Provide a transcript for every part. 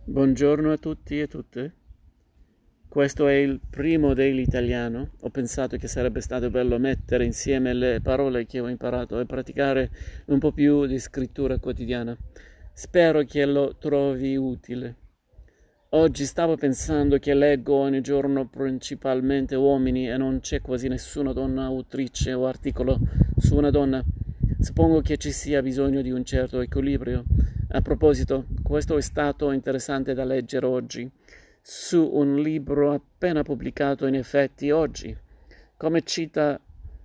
Buongiorno a tutti e tutte. Questo è il primo Daily Italiano. Ho pensato che sarebbe stato bello mettere insieme le parole che ho imparato e praticare un po' più di scrittura quotidiana. Spero che lo trovi utile. Oggi stavo pensando che leggo ogni giorno principalmente uomini e non c'è quasi nessuna donna autrice o articolo su una donna. Suppongo che ci sia bisogno di un certo equilibrio. A proposito, questo è stato interessante da leggere oggi, su un libro appena pubblicato in effetti oggi. Come cita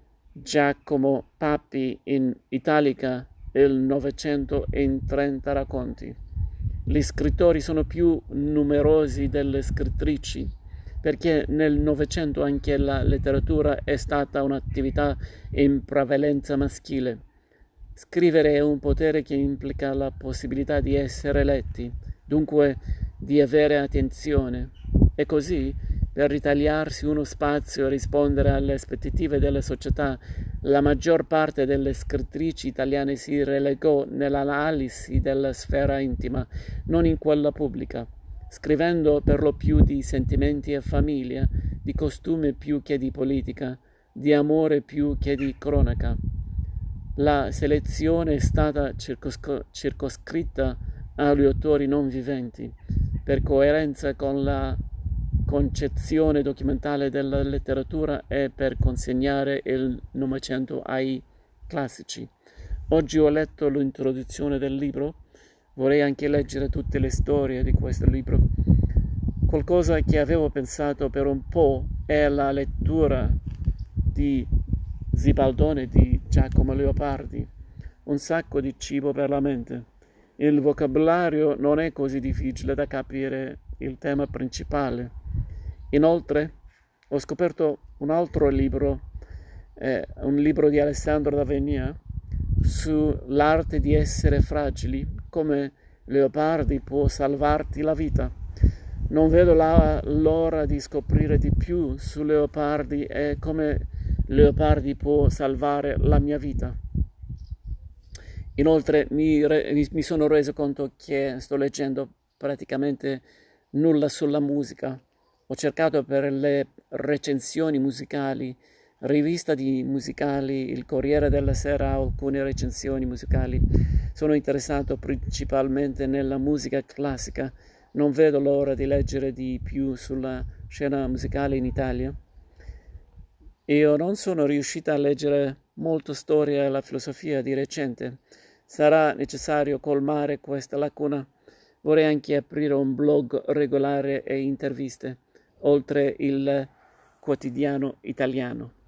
Giacomo Papi in Italica, il Novecento in 30 racconti. Gli scrittori sono più numerosi delle scrittrici, perché nel Novecento anche la letteratura è stata un'attività in prevalenza maschile. Scrivere è un potere che implica la possibilità di essere letti, dunque di avere attenzione. E così, per ritagliarsi uno spazio e rispondere alle aspettative della società, la maggior parte delle scrittrici italiane si relegò nell'analisi della sfera intima, non in quella pubblica, scrivendo per lo più di sentimenti e famiglia, di costume più che di politica, di amore più che di cronaca. La selezione è stata circoscritta agli autori non viventi, per coerenza con la concezione documentale della letteratura e per consegnare il Novecento ai classici. Oggi ho letto l'introduzione del libro, vorrei anche leggere tutte le storie di questo libro. Qualcosa che avevo pensato per un po' è la lettura di Zibaldone di Giacomo Leopardi, un sacco di cibo per la mente. Il vocabolario non è così difficile da capire il tema principale. Inoltre, ho scoperto un altro libro, un libro di Alessandro D'Avenia, sull'arte di essere fragili, come Leopardi può salvarti la vita. Non vedo l'ora di scoprire di più su Leopardi e come Leopardi può salvare la mia vita. Inoltre mi sono reso conto che sto leggendo praticamente nulla sulla musica. Ho cercato per le recensioni musicali, rivista di musicali, il Corriere della Sera, alcune recensioni musicali. Sono interessato principalmente nella musica classica. Non vedo l'ora di leggere di più sulla scena musicale in Italia. Io non sono riuscita a leggere molto storia e la filosofia di recente. Sarà necessario colmare questa lacuna. Vorrei anche aprire un blog regolare e interviste, oltre il quotidiano italiano.